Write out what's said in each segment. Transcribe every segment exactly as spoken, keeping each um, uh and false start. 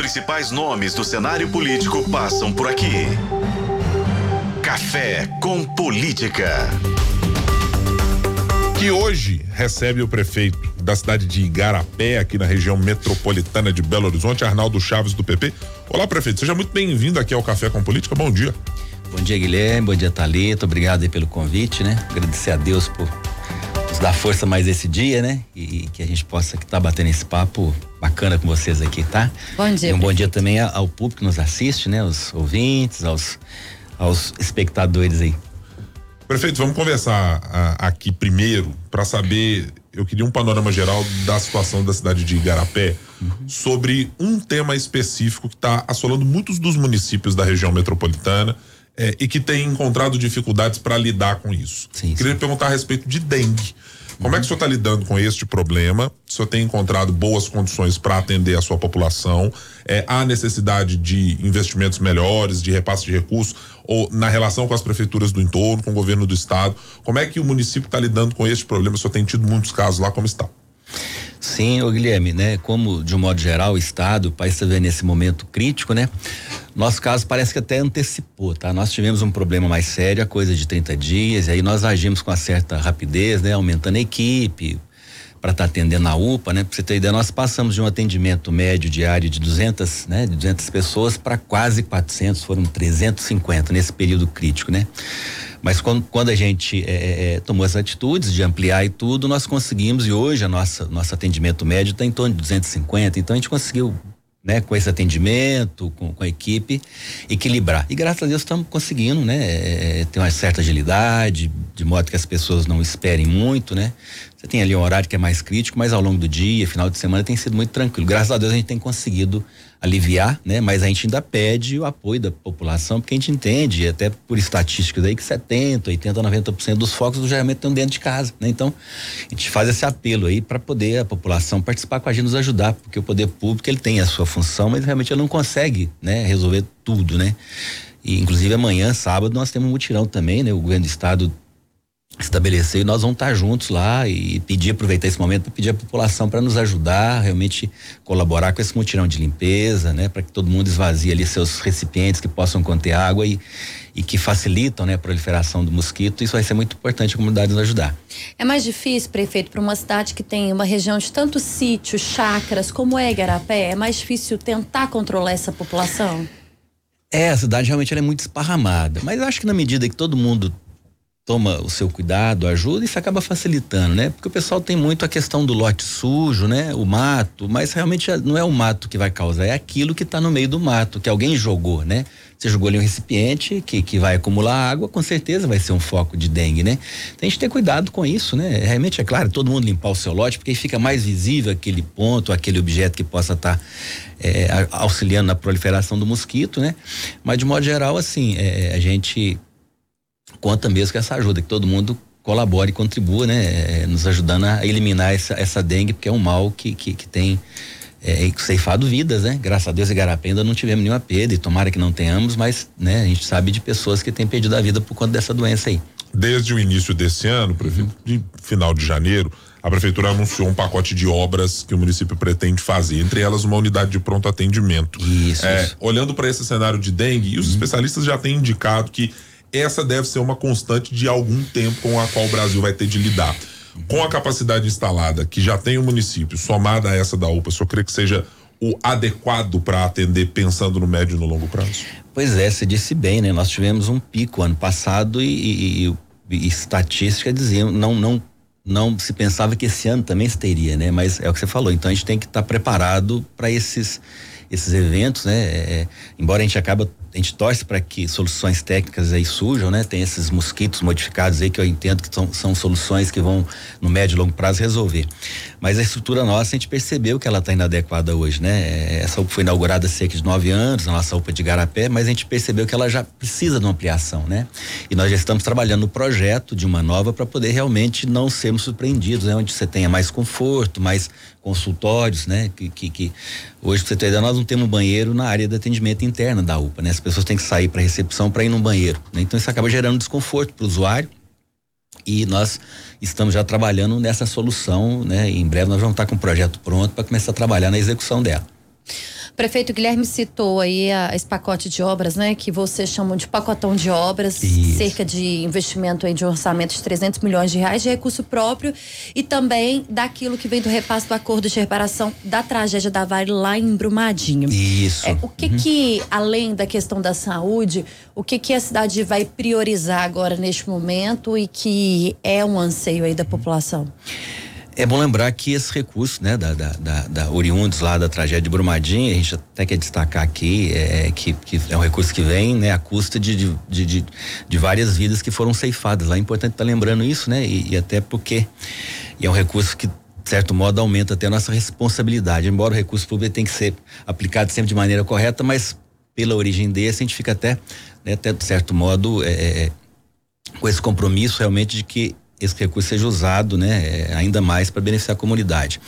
principais nomes do cenário político passam por aqui. Café com Política. Que hoje recebe o prefeito da cidade de Igarapé, aqui na região metropolitana de Belo Horizonte, Arnaldo Chaves, do P P. Olá, prefeito, seja muito bem-vindo aqui ao Café com Política, bom dia. Bom dia, Guilherme, bom dia, Thalita, obrigado aí pelo convite, né? Agradecer a Deus por nos dar força mais esse dia, né? E, e que a gente possa estar tá batendo esse papo bacana com vocês aqui, tá? Bom dia. E um bom dia também ao público que nos assiste, né? Aos ouvintes, aos, aos espectadores aí. Prefeito, vamos conversar a, aqui primeiro para saber, eu queria um panorama geral da situação da cidade de Igarapé, uhum, sobre um tema específico que está assolando muitos dos municípios da região metropolitana é, e que tem encontrado dificuldades para lidar com isso. Sim, queria sim. perguntar a respeito de dengue. Como é que o senhor está lidando com este problema? O senhor tem encontrado boas condições para atender a sua população? É, há necessidade de investimentos melhores, de repasse de recursos, ou na relação com as prefeituras do entorno, com o governo do estado? Como é que o município está lidando com este problema? O senhor tem tido muitos casos lá, como está? Sim, ô Guilherme, né? Como de um modo geral o estado, o país está vendo nesse momento crítico, né? Nosso caso parece que até antecipou, tá? Nós tivemos um problema mais sério, a coisa de trinta dias, e aí nós agimos com uma certa rapidez, né? Aumentando a equipe para estar tá atendendo na U P A, né? Pra você ter ideia, nós passamos de um atendimento médio diário de duzentas, né? De duzentas pessoas para quase quatrocentos, foram trezentos e cinquenta nesse período crítico, né? Mas quando, quando a gente é, é, tomou essas atitudes de ampliar e tudo, nós conseguimos, e hoje a nossa, nosso atendimento médio está em torno de duzentos e cinquenta, então a gente conseguiu, né, com esse atendimento, com, com a equipe, equilibrar. E graças a Deus estamos conseguindo, né, é, ter uma certa agilidade, de modo que as pessoas não esperem muito, né. Você tem ali um horário que é mais crítico, mas ao longo do dia, final de semana, tem sido muito tranquilo. Graças a Deus a gente tem conseguido aliviar, né, mas a gente ainda pede o apoio da população, porque a gente entende, até por estatísticas aí, que setenta, oitenta, noventa por cento dos focos do geralmente estão dentro de casa, né? Então, a gente faz esse apelo aí para poder a população participar com a gente, nos ajudar, porque o poder público, ele tem a sua função, mas realmente ele não consegue, né, resolver tudo, né? E inclusive amanhã, sábado, nós temos um mutirão também, né? O governo do estado estabelecer e nós vamos estar juntos lá e pedir, aproveitar esse momento para pedir à população para nos ajudar, realmente colaborar com esse mutirão de limpeza, né? Para que todo mundo esvazie ali seus recipientes que possam conter água e, e que facilitam, né, a proliferação do mosquito. Isso vai ser muito importante a comunidade nos ajudar. É mais difícil, prefeito, para uma cidade que tem uma região de tantos sítios, chácaras, como é Igarapé, é mais difícil tentar controlar essa população? É, a cidade realmente ela é muito esparramada, mas eu acho que na medida que todo mundo toma o seu cuidado, ajuda, isso acaba facilitando, né? Porque o pessoal tem muito a questão do lote sujo, né? O mato, mas realmente não é o mato que vai causar, é aquilo que está no meio do mato, que alguém jogou, né? Você jogou ali um recipiente que, que vai acumular água, com certeza vai ser um foco de dengue, né? Então a gente tem cuidado com isso, né? Realmente é claro, todo mundo limpar o seu lote, porque aí fica mais visível aquele ponto, aquele objeto que possa estar tá, é, auxiliando na proliferação do mosquito, né? Mas de modo geral, assim, é, a gente conta mesmo com essa ajuda, que todo mundo colabore e contribua, né? É, nos ajudando a eliminar essa, essa dengue, porque é um mal que, que, que tem é, ceifado vidas, né? Graças a Deus, em Igarapé ainda não tivemos nenhuma perda, e tomara que não tenhamos, mas, né, a gente sabe de pessoas que têm perdido a vida por conta dessa doença aí. Desde o início desse ano, prefeito, de final de janeiro, a prefeitura anunciou um pacote de obras que o município pretende fazer, entre elas uma unidade de pronto atendimento. Isso, é, isso. Olhando para esse cenário de dengue, e os uhum. especialistas já têm indicado que essa deve ser uma constante de algum tempo com a qual o Brasil vai ter de lidar. Com a capacidade instalada que já tem o município, somada a essa da U P A, o senhor crê que seja o adequado para atender pensando no médio e no longo prazo? Pois é, você disse bem, né? Nós tivemos um pico ano passado e, e, e, e estatística dizia, não, não, não se pensava que esse ano também se teria, né? Mas é o que você falou, então a gente tem que estar tá preparado para esses esses eventos, né? É, embora a gente acaba, a gente torce para que soluções técnicas aí surjam, né? Tem esses mosquitos modificados aí que eu entendo que são, são soluções que vão no médio e longo prazo resolver. Mas a estrutura nossa, a gente percebeu que ela está inadequada hoje, né? Essa U P A foi inaugurada há cerca de nove anos, a nossa U P A de Igarapé, mas a gente percebeu que ela já precisa de uma ampliação, né? E nós já estamos trabalhando no projeto de uma nova para poder realmente não sermos surpreendidos, né? Onde você tenha mais conforto, mais consultórios, né? Que, que, que hoje, pra você ter ideia, nós não temos banheiro na área de atendimento interna da U P A, né? As pessoas têm que sair para recepção para ir no banheiro, né? Então isso acaba gerando desconforto para o usuário e nós estamos já trabalhando nessa solução, né? E em breve nós vamos estar com o projeto pronto para começar a trabalhar na execução dela. Prefeito Guilherme citou aí a, esse pacote de obras, né? Que vocês chamam de pacotão de obras, Isso. cerca de investimento aí de um orçamento de trezentos milhões de reais de recurso próprio e também daquilo que vem do repasse do acordo de reparação da tragédia da Vale lá em Brumadinho. Isso. É, o que uhum. que, além da questão da saúde, o que que a cidade vai priorizar agora neste momento e que é um anseio aí da população? É bom lembrar que esse recurso, né, da, da, da, da oriundos lá da tragédia de Brumadinho, a gente até quer destacar aqui, é, que, que é um recurso que vem, né, à custa de, de, de, de várias vidas que foram ceifadas lá. É importante estar lembrando isso, né, e, e até porque e é um recurso que, de certo modo, aumenta até a nossa responsabilidade. Embora o recurso público tenha que ser aplicado sempre de maneira correta, mas pela origem desse, a gente fica até, né, até de certo modo, é, com esse compromisso realmente de que esse recurso seja usado, né, ainda mais para beneficiar a comunidade.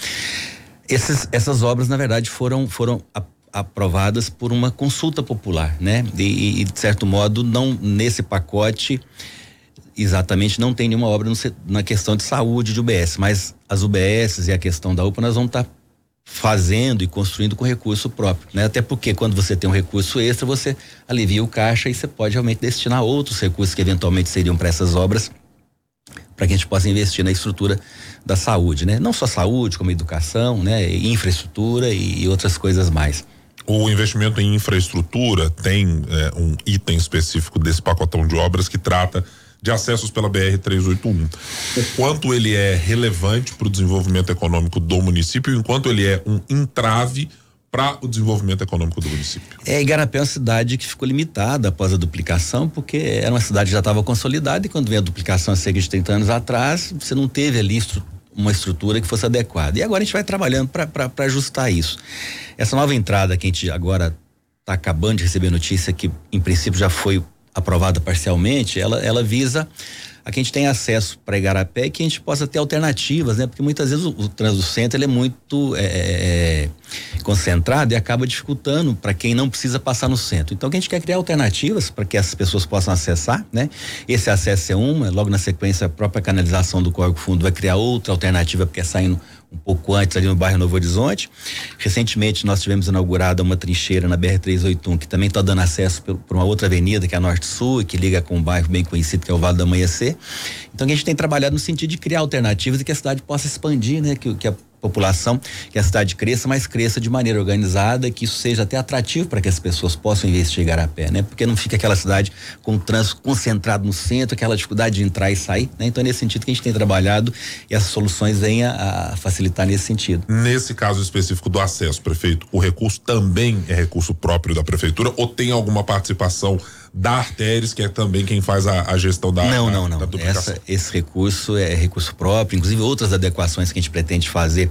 Esses, essas obras, na verdade, foram, foram a, aprovadas por uma consulta popular, né? E, e, de certo modo, não, nesse pacote, exatamente, não tem nenhuma obra no, na questão de saúde de U B S, mas as U B S e a questão da U P A nós vamos estar tá fazendo e construindo com recurso próprio, né? Até porque quando você tem um recurso extra, você alivia o caixa e você pode realmente destinar outros recursos que eventualmente seriam para essas obras, para que a gente possa investir na estrutura da saúde, né? Não só saúde, como educação, né? Infraestrutura e, e outras coisas mais. O investimento em infraestrutura tem é, um item específico desse pacotão de obras que trata de acessos pela B R trezentos e oitenta e um. O quanto ele é relevante para o desenvolvimento econômico do município, enquanto ele é um entrave para o desenvolvimento econômico do município. É, Igarapé é uma cidade que ficou limitada após a duplicação, porque era uma cidade que já estava consolidada e quando veio a duplicação há cerca de trinta anos atrás, você não teve ali estru- uma estrutura que fosse adequada. E agora a gente vai trabalhando para ajustar isso. Essa nova entrada que a gente agora está acabando de receber notícia que em princípio já foi aprovada parcialmente, ela, ela visa a que a gente tenha acesso para Igarapé e que a gente possa ter alternativas, né? Porque muitas vezes o, o trânsito do centro ele é muito é, é, concentrado e acaba dificultando para quem não precisa passar no centro. Então, o que a gente quer criar alternativas para que essas pessoas possam acessar, né? Esse acesso é uma, logo na sequência a própria canalização do Córrego Fundo vai criar outra alternativa, porque é saindo um pouco antes ali no bairro Novo Horizonte. Recentemente nós tivemos inaugurada uma trincheira na B R trezentos e oitenta e um que também está dando acesso para uma outra avenida que é a Norte Sul e que liga com um bairro bem conhecido que é o Vale do Amanhecer. Então a gente tem trabalhado no sentido de criar alternativas e que a cidade possa expandir, né? Que, que a população, que a cidade cresça, mas cresça de maneira organizada e que isso seja até atrativo para que as pessoas possam investir em Igarapé, né? Porque não fica aquela cidade com o trânsito concentrado no centro, aquela dificuldade de entrar e sair, né? Então é nesse sentido que a gente tem trabalhado e essas soluções vêm a, a facilitar nesse sentido. Nesse caso específico do acesso, prefeito, o recurso também é recurso próprio da prefeitura ou tem alguma participação da Artérios, que é também quem faz a, a gestão da Não, da, não, não. Da duplicação? Essa, esse recurso é recurso próprio, inclusive outras adequações que a gente pretende fazer.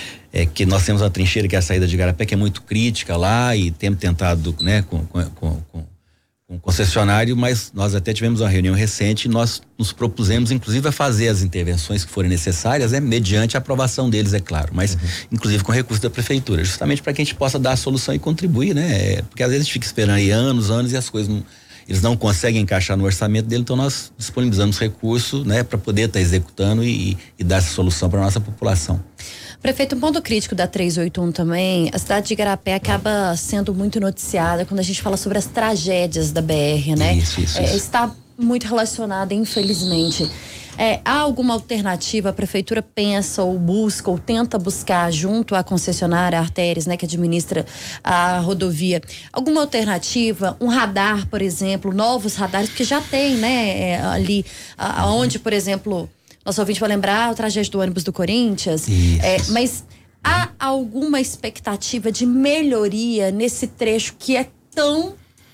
É que nós temos uma trincheira que é a saída de Igarapé, que é muito crítica lá e temos tentado, né, com, com, com, com um concessionário, mas nós até tivemos uma reunião recente e nós nos propusemos, inclusive, a fazer as intervenções que forem necessárias, né, mediante a aprovação deles, é claro, mas uhum. inclusive com recurso da prefeitura, justamente para que a gente possa dar a solução e contribuir, né? Porque às vezes a gente fica esperando aí anos, anos e as coisas não, eles não conseguem encaixar no orçamento dele, então nós disponibilizamos recurso, né, para poder estar tá executando e, e dar essa solução para nossa população. Prefeito, um ponto crítico da trezentos e oitenta e um também, a cidade de Igarapé acaba sendo muito noticiada quando a gente fala sobre as tragédias da B R, né? Isso, isso, é, isso. Está muito relacionada, infelizmente. É, há alguma alternativa? A prefeitura pensa ou busca ou tenta buscar junto à concessionária Artérios, né, que administra a rodovia, alguma alternativa? Um radar, por exemplo, novos radares, porque já tem, né, é, ali, a, onde, por exemplo, nosso ouvinte vai lembrar o trajeto do ônibus do Corinthians. É, mas há alguma expectativa de melhoria nesse trecho que é tão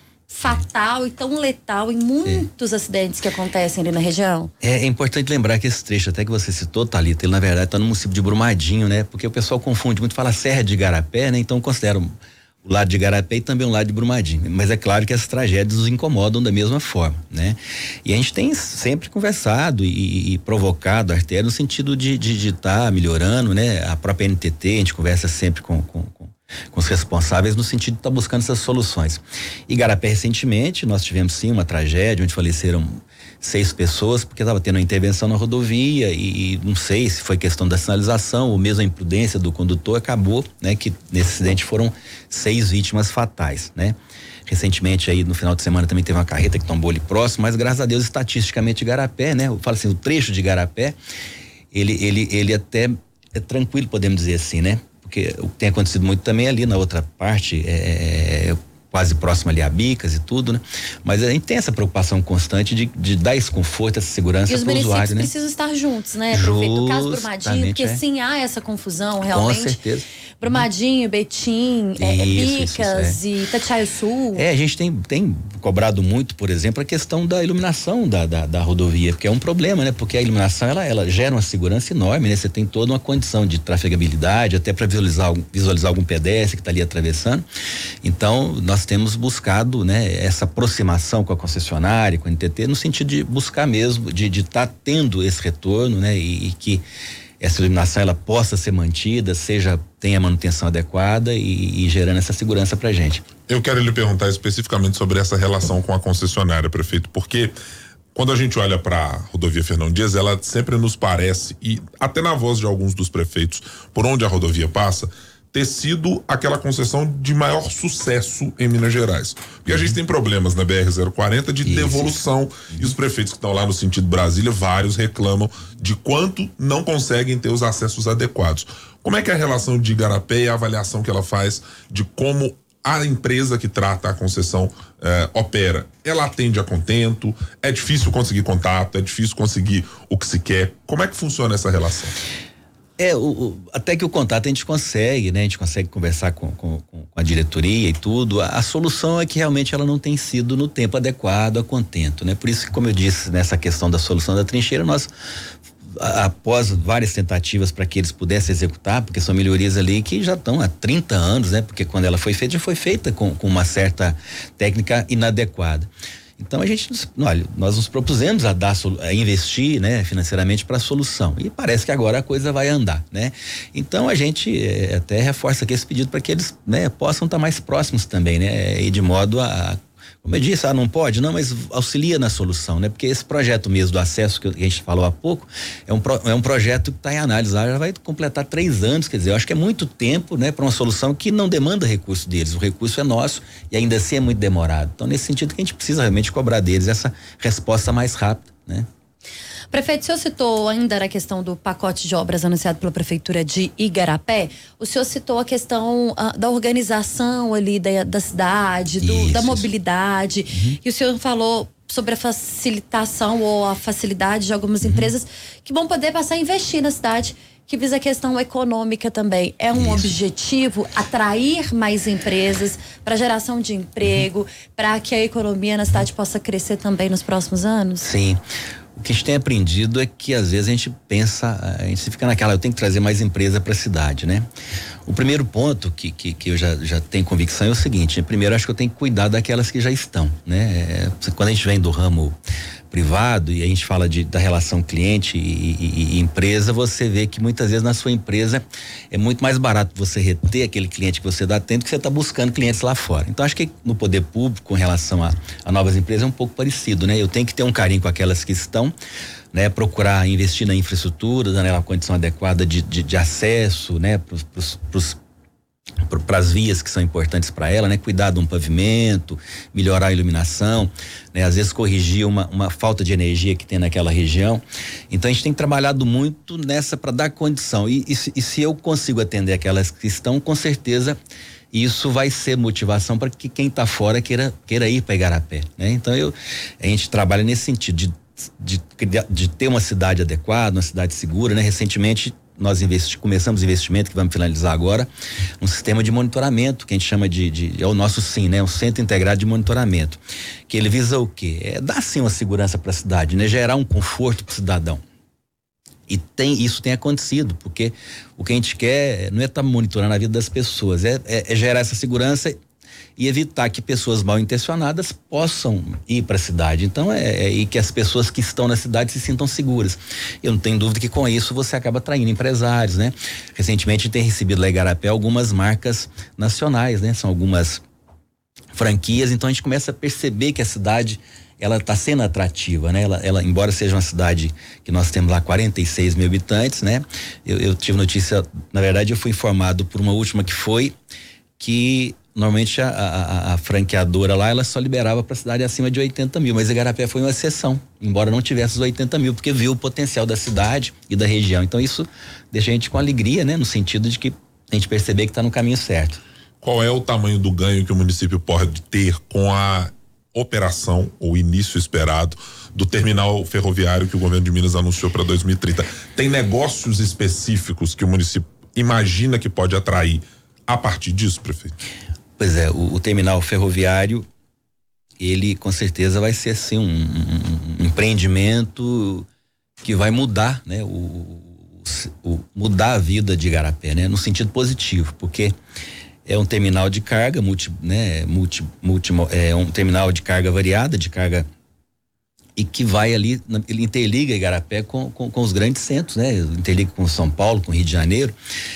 fatal e tão letal em muitos é. acidentes que acontecem ali na região? É, é importante lembrar que esse trecho, até que você citou, Thalita, ele na verdade está no município de Brumadinho, né? Porque o pessoal confunde muito, fala Serra de Igarapé, né? Então consideram o lado de Igarapé e também o lado de Brumadinho. Mas é claro que essas tragédias nos incomodam da mesma forma, né? E a gente tem sempre conversado e, e provocado a Artéria no sentido de estar de, de tá melhorando, né? A própria N T T, a gente conversa sempre com, com, com com os responsáveis no sentido de estar tá buscando essas soluções. Igarapé, recentemente, nós tivemos sim uma tragédia onde faleceram seis pessoas porque estava tendo uma intervenção na rodovia e, e não sei se foi questão da sinalização ou mesmo a imprudência do condutor, acabou, né, que nesse acidente foram seis vítimas fatais, né? Recentemente aí no final de semana também teve uma carreta que tombou ali próximo, mas graças a Deus estatisticamente Igarapé, né? Eu falo assim, o trecho de Igarapé, ele, ele, ele até é tranquilo, podemos dizer assim, né? Porque o que tem acontecido muito também ali na outra parte, é, quase próximo ali a Bicas e tudo, né? Mas a gente tem essa preocupação constante de, de dar esse conforto, essa segurança para o usuário, né? E os municípios precisam estar juntos, né? Prefeito, o caso Brumadinho, porque é. sim, há essa confusão realmente. Com certeza. Brumadinho, Betim, isso, é, Bicas isso, é. e Itatiaia Sul. É, a gente tem, tem cobrado muito, por exemplo, a questão da iluminação da, da, da rodovia, porque é um problema, né? Porque a iluminação, ela, ela gera uma segurança enorme, né? Você tem toda uma condição de trafegabilidade, até para visualizar, visualizar algum pedestre que está ali atravessando. Então, nós temos buscado, né? Essa aproximação com a concessionária, com a N T T, no sentido de buscar mesmo, de estar tá tendo esse retorno, né? E, e que essa iluminação ela possa ser mantida, seja tenha manutenção adequada e, e gerando essa segurança pra gente. Eu quero lhe perguntar especificamente sobre essa relação com a concessionária, prefeito, porque quando a gente olha para a rodovia Fernão Dias, ela sempre nos parece, e até na voz de alguns dos prefeitos por onde a rodovia passa, ter sido aquela concessão de maior sucesso em Minas Gerais. Porque uhum. a gente tem problemas na B R zero quarenta de Isso. devolução, uhum. e os prefeitos que estão lá no sentido Brasília, vários reclamam de quanto não conseguem ter os acessos adequados. Como é que é a relação de Igarapé e a avaliação que ela faz de como a empresa que trata a concessão eh, opera? Ela atende a contento? É difícil conseguir contato? É difícil conseguir o que se quer? Como é que funciona essa relação? É, o, o, até que o contato a gente consegue, né? A gente consegue conversar com, com, com a diretoria e tudo. A, a solução é que realmente ela não tem sido no tempo adequado a contento, né? Por isso que, como eu disse, nessa questão da solução da trincheira, nós a, após várias tentativas para que eles pudessem executar, porque são melhorias ali que já estão há trinta anos, né? Porque quando ela foi feita, já foi feita com, com uma certa técnica inadequada. Então a gente, olha, nós nos propusemos a dar, a investir, né, financeiramente para a solução, e parece que agora a coisa vai andar, né? Então a gente é, até reforça aqui esse pedido para que eles, né, possam estar mais próximos também, né? E de modo a, como eu disse, ah, não pode, não, mas auxilia na solução, né? Porque esse projeto mesmo do acesso que a gente falou há pouco é um, pro, é um projeto que está em análise lá, já vai completar três anos, quer dizer, eu acho que é muito tempo, né? Para uma solução que não demanda recurso deles, o recurso é nosso e ainda assim é muito demorado. Então, nesse sentido que a gente precisa realmente cobrar deles essa resposta mais rápida, né? Prefeito, o senhor citou ainda na questão do pacote de obras anunciado pela Prefeitura de Igarapé, o senhor citou a questão uh, da organização ali da, da cidade, do, isso, da mobilidade, uhum. e o senhor falou sobre a facilitação ou a facilidade de algumas uhum. empresas que vão poder passar a investir na cidade, que visa a questão econômica também. É um Isso. objetivo atrair mais empresas para geração de emprego, uhum. para que a economia na cidade possa crescer também nos próximos anos? Sim. O que a gente tem aprendido é que às vezes a gente pensa, a gente fica naquela, eu tenho que trazer mais empresa para a cidade, né? O primeiro ponto que, que, que eu já, já tenho convicção é o seguinte, né? Primeiro, acho que eu tenho que cuidar daquelas que já estão, né? É, quando a gente vem do ramo privado e a gente fala de, da relação cliente e, e, e empresa, você vê que muitas vezes na sua empresa é muito mais barato você reter aquele cliente que você dá atento que você está buscando clientes lá fora. Então acho que no poder público com relação a, a novas empresas é um pouco parecido, né? Eu tenho que ter um carinho com aquelas que estão, né? Procurar investir na infraestrutura, dando ela uma condição adequada de, de, de acesso, né? Pros, pros, pros para as vias que são importantes para ela, né? Cuidar de um pavimento, melhorar a iluminação, né? Às vezes corrigir uma, uma falta de energia que tem naquela região. Então a gente tem trabalhado muito nessa para dar condição e, e, e se eu consigo atender aquelas que estão, com certeza isso vai ser motivação para que quem está fora queira, queira ir para Igarapé, né? Então eu, a gente trabalha nesse sentido de, de, de ter uma cidade adequada, uma cidade segura, né? Recentemente nós investi, começamos investimento que vamos finalizar agora, um sistema de monitoramento que a gente chama de, de é o nosso SIM, né? Um Centro Integrado de Monitoramento, que ele visa o quê? É dar sim uma segurança para a cidade, né? Gerar um conforto para o cidadão. E tem, isso tem acontecido, porque o que a gente quer não é estar tá monitorando a vida das pessoas, é, é, é gerar essa segurança e evitar que pessoas mal intencionadas possam ir para a cidade. Então é, é e que as pessoas que estão na cidade se sintam seguras. Eu não tenho dúvida que com isso você acaba atraindo empresários, né? Recentemente tem recebido lá em Igarapé algumas marcas nacionais, né? São algumas franquias, então a gente começa a perceber que a cidade ela está sendo atrativa, né? Ela, ela, embora seja uma cidade que nós temos lá quarenta e seis mil habitantes, né? Eu, eu tive notícia, na verdade eu fui informado por uma última que foi que normalmente a, a, a franqueadora lá, ela só liberava para cidade acima de oitenta mil, mas Igarapé foi uma exceção, embora não tivesse os oitenta mil, porque viu o potencial da cidade e da região. Então isso deixa a gente com alegria, né? No sentido de que a gente perceber que está no caminho certo. Qual é o tamanho do ganho que o município pode ter com a operação ou início esperado do terminal ferroviário que o governo de Minas anunciou para dois mil e trinta? Tem negócios específicos que o município imagina que pode atrair a partir disso, prefeito? Pois é, o, o terminal ferroviário, ele com certeza vai ser assim um, um, um empreendimento que vai mudar, né? O, o, o mudar a vida de Igarapé, né? No sentido positivo, porque é um terminal de carga, multi, né, multi, multi, é um terminal de carga variada, de carga e que vai ali, ele interliga Igarapé com, com, com os grandes centros, né? Interliga com São Paulo, com Rio de Janeiro,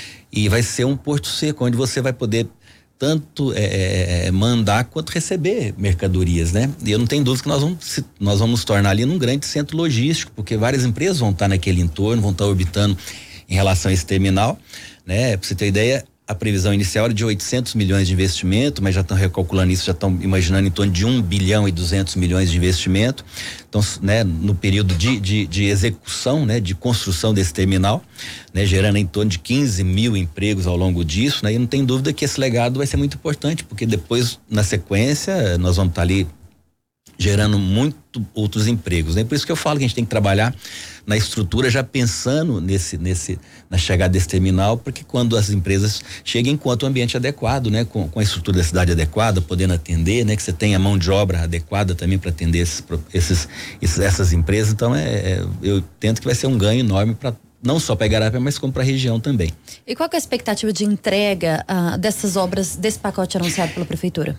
e vai ser um porto seco onde você vai poder tanto é, mandar quanto receber mercadorias, né? E eu não tenho dúvida que nós vamos se, nós vamos nos tornar ali num grande centro logístico, porque várias empresas vão estar naquele entorno, vão estar orbitando em relação a esse terminal, né? Pra você ter ideia, a previsão inicial era de oitocentos milhões de investimento, mas já estão recalculando isso, já estão imaginando em torno de um bilhão e duzentos milhões de investimento. Então, né, no período de, de, de execução, né, de construção desse terminal, né, gerando em torno de quinze mil empregos ao longo disso, né, e não tem dúvida que esse legado vai ser muito importante, porque depois, na sequência, nós vamos estar ali gerando muito outros empregos, né? Por isso que eu falo que a gente tem que trabalhar na estrutura já pensando nesse, nesse, na chegada desse terminal, porque quando as empresas cheguem, enquanto o ambiente adequado, né? Com, com a estrutura da cidade adequada, podendo atender, né? Que você tenha mão de obra adequada também para atender esses, esses, esses, essas empresas. Então é, é, eu tento que vai ser um ganho enorme para não só para Igarapé, mas como para a região também. E qual que é a expectativa de entrega uh, dessas obras, desse pacote anunciado pela prefeitura?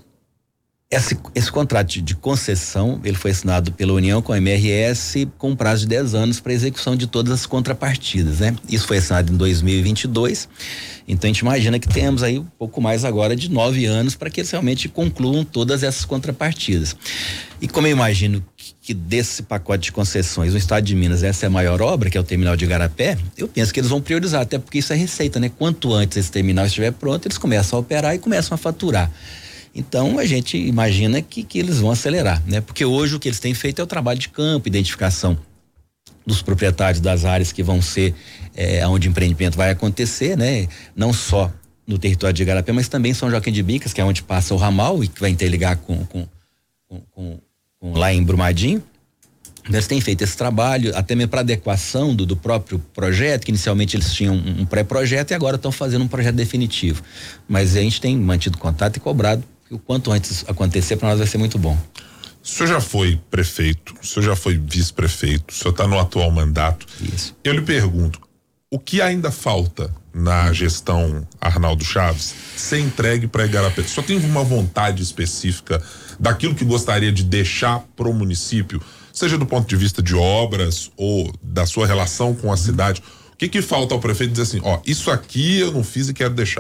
Esse, esse contrato de, de concessão, ele foi assinado pela União com a M R S com um prazo de dez anos para execução de todas as contrapartidas, né? Isso foi assinado em dois mil e vinte e dois, então a gente imagina que temos aí um pouco mais agora de nove anos para que eles realmente concluam todas essas contrapartidas. E como eu imagino que, que desse pacote de concessões no estado de Minas essa é a maior obra, que é o terminal de Igarapé, eu penso que eles vão priorizar, até porque isso é receita, né? Quanto antes esse terminal estiver pronto, eles começam a operar e começam a faturar. Então a gente imagina que, que eles vão acelerar, né? Porque hoje o que eles têm feito é o trabalho de campo, identificação dos proprietários das áreas que vão ser é, onde o empreendimento vai acontecer, né? Não só no território de Igarapé, mas também São Joaquim de Bicas, que é onde passa o ramal e que vai interligar com, com, com, com, com lá em Brumadinho. Eles têm feito esse trabalho até mesmo para adequação do, do próprio projeto, que inicialmente eles tinham um, um pré-projeto e agora estão fazendo um projeto definitivo. Mas a gente tem mantido contato e cobrado que o quanto antes acontecer para nós vai ser muito bom. O senhor já foi prefeito, o senhor já foi vice-prefeito, o senhor está no atual mandato. Isso. Eu lhe pergunto, o que ainda falta na gestão Arnaldo Chaves ser entregue para Igarapé? O senhor tem uma vontade específica daquilo que gostaria de deixar pro município, seja do ponto de vista de obras ou da sua relação com a cidade? O que que falta ao prefeito dizer assim, ó, isso aqui eu não fiz e quero deixar?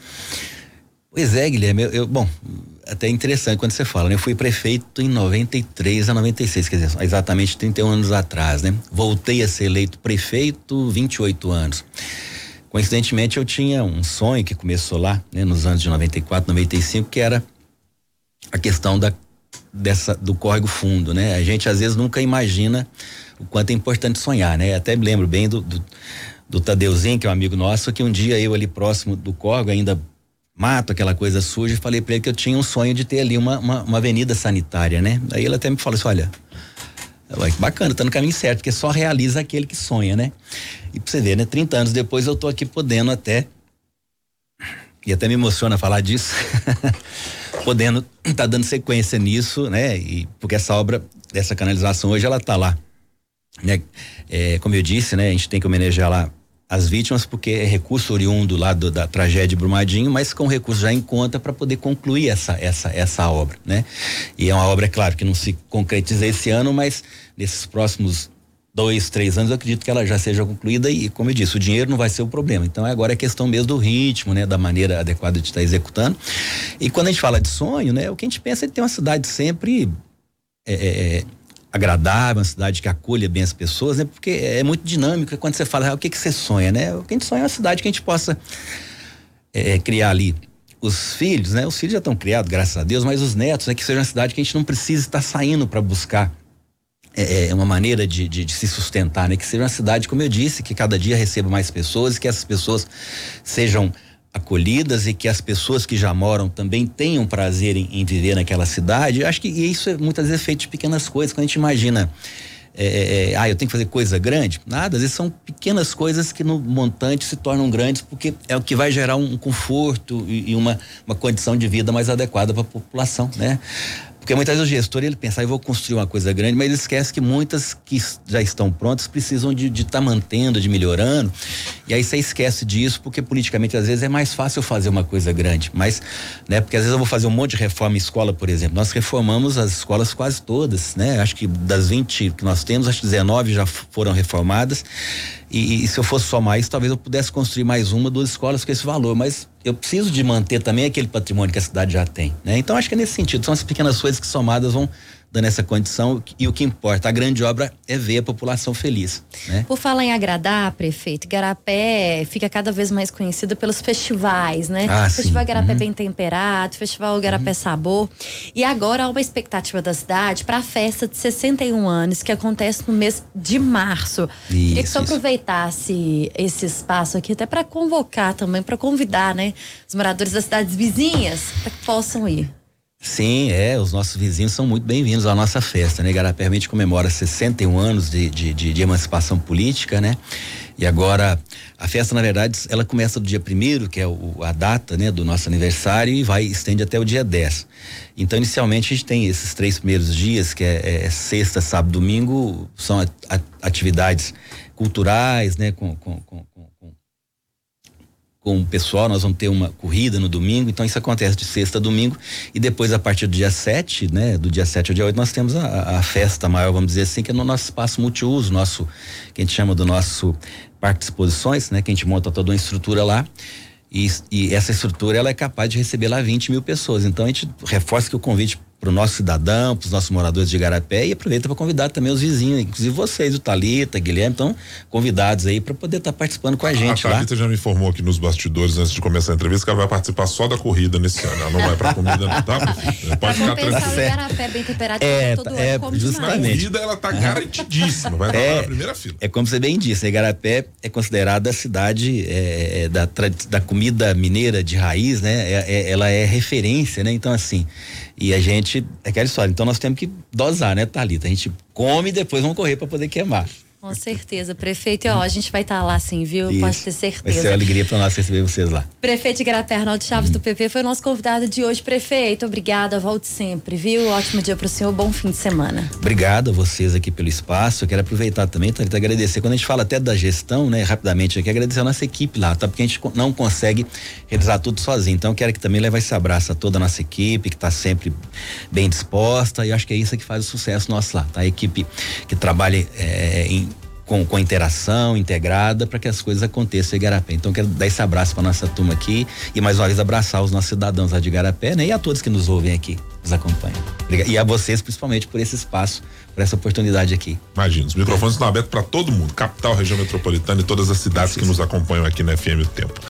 Pois é, Guilherme, eu, eu, bom, até interessante quando você fala, né? Eu fui prefeito em noventa e três a noventa e seis, quer dizer, exatamente trinta e um anos atrás, né? Voltei a ser eleito prefeito vinte e oito anos. Coincidentemente eu tinha um sonho que começou lá, né? Nos anos de noventa e quatro, noventa e cinco, que era a questão da, dessa, do córrego fundo, né? A gente às vezes nunca imagina o quanto é importante sonhar, né? Até me lembro bem do, do, do Tadeuzinho, que é um amigo nosso, que um dia eu ali próximo do córrego, ainda mato, aquela coisa suja, e falei pra ele que eu tinha um sonho de ter ali uma, uma, uma avenida sanitária, né? Aí ele até me falou assim, olha, bacana, tá no caminho certo, porque só realiza aquele que sonha, né? E pra você ver, né? trinta anos depois eu tô aqui podendo até, e até me emociona falar disso, podendo tá dando sequência nisso, né? E porque essa obra, dessa canalização hoje, ela tá lá, né? É, como eu disse, né? A gente tem que homenagear lá as vítimas, porque é recurso oriundo lá do, da tragédia de Brumadinho, mas com recurso já em conta para poder concluir essa, essa, essa obra, né? E é uma obra, é claro, que não se concretiza esse ano, mas nesses próximos dois, três anos eu acredito que ela já seja concluída e, como eu disse, o dinheiro não vai ser o problema. Então agora é questão mesmo do ritmo, né? Da maneira adequada de estar executando. E quando a gente fala de sonho, né? O que a gente pensa é de ter uma cidade sempre é, é, agradável, uma cidade que acolha bem as pessoas, né? Porque é muito dinâmico quando você fala, ah, o que que você sonha, né? O que a gente sonha é uma cidade que a gente possa é, criar ali os filhos, né? Os filhos já estão criados, graças a Deus, mas os netos, né? Que seja uma cidade que a gente não precisa estar saindo para buscar é, uma maneira de, de, de se sustentar, né? Que seja uma cidade, como eu disse, que cada dia receba mais pessoas e que essas pessoas sejam acolhidas e que as pessoas que já moram também tenham prazer em, em viver naquela cidade. Eu acho que isso é muitas vezes feito de pequenas coisas. Quando a gente imagina, é, é, ah, eu tenho que fazer coisa grande, nada, às vezes são pequenas coisas que no montante se tornam grandes, porque é o que vai gerar um conforto e, e uma, uma condição de vida mais adequada para a população, né? Porque muitas vezes o gestor, ele pensa, ah, eu vou construir uma coisa grande, mas ele esquece que muitas que já estão prontas precisam de estar tá mantendo, de melhorando, e aí você esquece disso, porque politicamente às vezes é mais fácil fazer uma coisa grande, mas, né, porque às vezes eu vou fazer um monte de reforma em escola, por exemplo, nós reformamos as escolas quase todas, né, acho que das vinte que nós temos, acho que dezenove já foram reformadas, e, e se eu fosse só mais, talvez eu pudesse construir mais uma, duas escolas com esse valor, mas eu preciso de manter também aquele patrimônio que a cidade já tem, né? Então acho que é nesse sentido, são as pequenas coisas que somadas vão dando essa condição, e o que importa, a grande obra é ver a população feliz, né? Por falar em agradar, prefeito, Igarapé fica cada vez mais conhecida pelos festivais, né? Ah, Festival sim. Igarapé Uhum. Bem Temperado, Festival Igarapé uhum. Sabor, e agora há uma expectativa da cidade para a festa de sessenta e um anos, que acontece no mês de março. Isso, Queria que você isso. aproveitasse esse espaço aqui até para convocar também, para convidar, né, os moradores das cidades vizinhas para que possam ir. Sim, é, os nossos vizinhos são muito bem-vindos à nossa festa, né? Igarapé realmente comemora sessenta e um anos de, de, de, de emancipação política, né? E agora, a festa, na verdade, ela começa do dia primeiro, que é o, a data, né, do nosso aniversário, e vai, estende até o dia dez. Então, inicialmente, a gente tem esses três primeiros dias, que é, é sexta, sábado, domingo, são a, a, atividades culturais, né? Com, com, com, com com o pessoal, nós vamos ter uma corrida no domingo, então isso acontece de sexta a domingo, e depois a partir do dia sete, né, do dia sete ao dia oito, nós temos a, a festa maior, vamos dizer assim, que é no nosso espaço multiuso, nosso, que a gente chama do nosso parque de exposições, né, que a gente monta toda uma estrutura lá, e, e essa estrutura ela é capaz de receber lá vinte mil pessoas, então a gente reforça que o convite para o nosso cidadão, para os nossos moradores de Igarapé, e aproveita para convidar também os vizinhos, inclusive vocês, o Thalita, Guilherme, estão convidados aí para poder estar tá participando com a gente a lá. A Thalita já me informou aqui nos bastidores, antes de começar a entrevista, que ela vai participar só da corrida nesse ano, ela não vai para comida não, tá? Pode ficar tranquilo. O Igarapé Bem Temperado é, todo é, ano, justamente. A corrida, ela tá garantidíssima, vai estar é, lá na primeira fila. É como você bem disse, a Igarapé é considerada a cidade é, da, da comida mineira de raiz, né? É, é, ela é referência, né? Então, assim, e a gente, é aquela história, então nós temos que dosar, né, Thalita? A gente come e depois vamos correr para poder queimar. Com certeza, prefeito. E ó, a gente vai estar tá lá sim, viu? Isso. Pode ter certeza. Vai ser uma alegria para nós receber vocês lá. Prefeito Igarapé, Arnaldo Chaves, hum. do P P, foi o nosso convidado de hoje. Prefeito, obrigada, volte sempre, viu? Ótimo dia para o senhor, bom fim de semana. Obrigado a vocês aqui pelo espaço. Eu quero aproveitar também, Thalita, agradecer. Quando a gente fala até da gestão, né, rapidamente aqui, agradecer a nossa equipe lá, tá? Porque a gente não consegue realizar tudo sozinho. Então, eu quero que também levar esse abraço a toda a nossa equipe, que está sempre bem disposta, e acho que é isso que faz o sucesso nosso lá, tá? A equipe que trabalha é, em Com, com interação integrada para que as coisas aconteçam em Igarapé. Então quero dar esse abraço para nossa turma aqui e mais uma vez abraçar os nossos cidadãos lá de Igarapé, né? E a todos que nos ouvem aqui, nos acompanham. E a vocês principalmente por esse espaço, por essa oportunidade aqui. Imagina, os microfones estão abertos para todo mundo, capital, região metropolitana e todas as cidades que nos acompanham aqui na F M O Tempo.